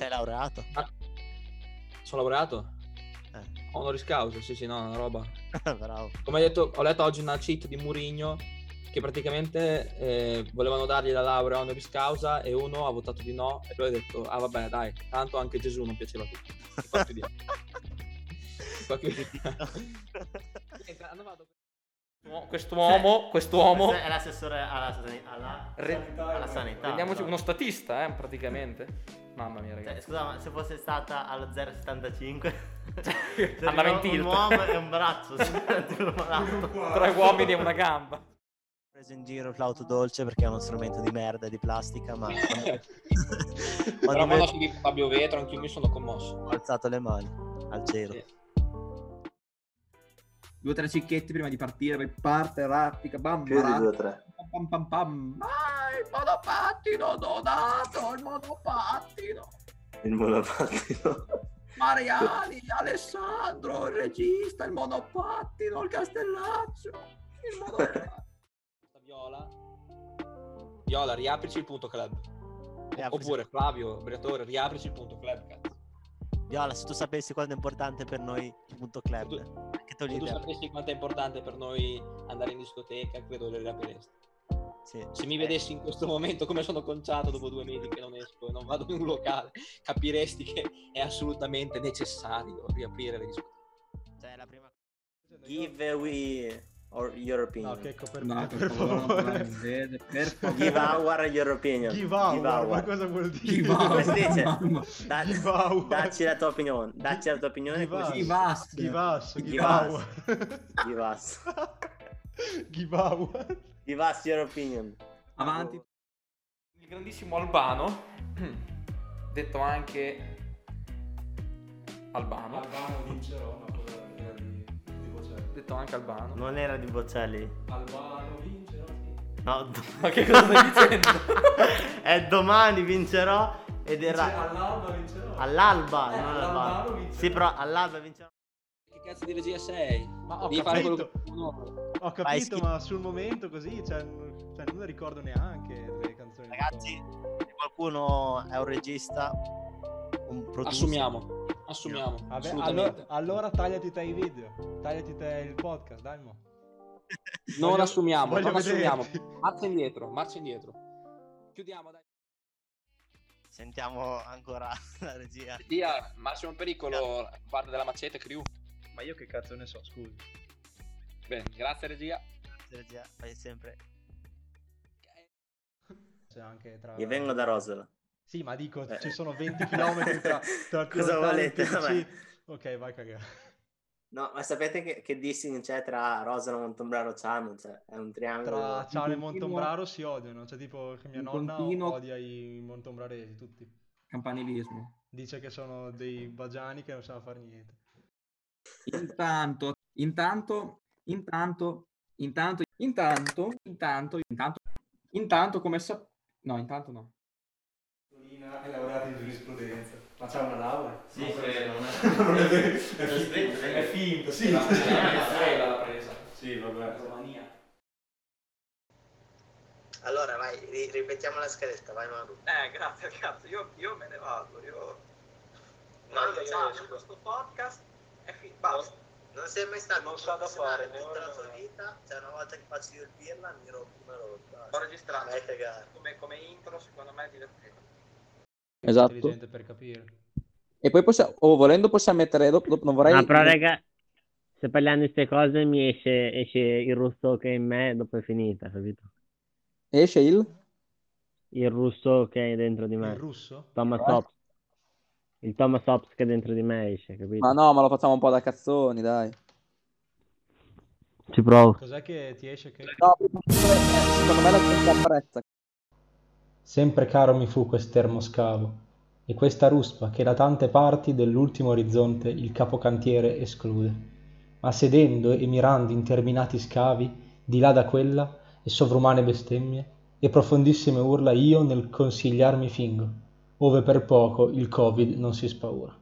Sei laureato? Sono laureato? Honoris causa, sì, no, una roba. Bravo. Come hai detto, ho letto oggi una cheat di Mourinho che praticamente volevano dargli la laurea honoris causa e uno ha votato di no e poi ha detto vabbè dai, tanto anche Gesù non piaceva a tutti. E qua chiudiamo. Quest'uomo Questo è l'assessore alla sanità. rendiamoci uno statista, praticamente. Mamma mia, ragazzi. Scusa, ma se fosse stata allo 0,75 andava in un tilt. uomo e un braccio. 3 uomini e una gamba. Ho preso in giro il flauto dolce perché è uno strumento di merda di plastica, ma Però quando ho sentito Fabio Vetro anche io mi sono commosso. ho alzato le mani al cielo. Sì. 2 o 3 cicchetti prima di partire, poi parte, rappica, bam, Più di 2 o 3. pam pam pam. Il monopattino donato, il monopattino. Il monopattino. Mariani, Alessandro, il regista, il monopattino, il Castellaccio, il monopattino. Viola, riaprici il punto club. Oppure Flavio, Briatore, riaprici il punto club, cazzo. Viola, se tu sapessi quanto è importante per noi il punto club, anche Se tu sapessi quanto è importante per noi andare in discoteca, credo lo riapriresti. Sì. Se mi vedessi in questo momento come sono conciato dopo 2 mesi che non esco e non vado in un locale, capiresti che è assolutamente necessario riaprire le discoteche. Cioè, la prima... Give we or your opinion. No, Checco, per Per favore. Give our your opinion. Give our, ma cosa vuol dire? Come si dice? Give our. Dacci la tua opinione. Dacci la tua opinione. Give come si us. dice? Give us. Give Give our. Give us. Give our. Give us your opinion. Avanti. Il grandissimo Albano, detto anche Albano. Albano vincerò, ma cosa era di Bocelli. Detto anche Albano. Non era di Bocelli. Albano vincerò, sì. No, Ma che cosa stai dicendo? è domani vincerò ed era All'alba vincerò. all'alba, non all'Albano all'alba. vincerò. Sì, però all'alba vincerò. Che cazzo di regia sei? Ma ho Devi fare quello capito. che uno. Ho capito, ma sul momento così, cioè non ne ricordo neanche le canzoni. Ragazzi, se qualcuno è un regista, un producer... Assumiamo. Vabbè, Assolutamente. allora tagliati te i video, tagliati te il podcast, dai mo. Non assumiamo. voglio Assumiamo. vederti. Marcia indietro. Chiudiamo, dai. Sentiamo ancora la regia. Via, massimo pericolo, guarda della Macete Crew. Ma io che cazzo ne so, scusi. Bene, grazie regia. La regia fai sempre... C'è anche tra... Io vengo da Rosola. Sì, ma dico, ci sono 20 km tra Cosa volete? Sì. Ok, vai a cagare. No, ma sapete che dissing c'è tra Rosola, Montombraro, Ciano? Cioè, è un triangolo. Tra Ciano e continuo- Montombraro si odiano, cioè tipo che mia un nonna continuo- odia i montombraresi, tutti. Campanilismo. Dice che sono dei bagiani che non sanno fare niente. Intanto come sa... No, intanto no. È laureata in giurisprudenza. Ma c'ha una laurea? Sì, Non credo, non non è- è finto, sì. La l'ha presa. Sì, vabbè. Romania. Allora, vai, ripetiamo la scaletta, vai Maru. Grazie ragazzi, io me ne vado, questo podcast è finito. Basta. Non sei mai stato Non so da fare, in tutta la tua vita? Cioè, una volta che faccio io il pirla mi rompo una rotta. Ho registrato. Vai a cagare. Come intro, secondo me è divertente. Esatto. Intelligente per capire. E poi possiamo, volendo possiamo mettere, non vorrei... Ah, però raga, se parliamo di queste cose mi esce il russo che è in me, dopo è finita, capito? Esce Il russo che è dentro di Il me. russo? Thomas Hobbes. Il Thomas Hobbes che è dentro di me esce, capito? Ma no, ma lo facciamo un po' da cazzoni, dai. Ci provo. Cos'è che ti esce che... No, secondo me la gente apprezza. Sempre caro mi fu quest'ermo scavo, e questa ruspa che da tante parti dell'ultimo orizzonte il capocantiere esclude. Ma sedendo e mirando interminati scavi, di là da quella, e sovrumane bestemmie, e profondissime urla io nel consigliar mi fingo, ove per poco il Covid non si spaura.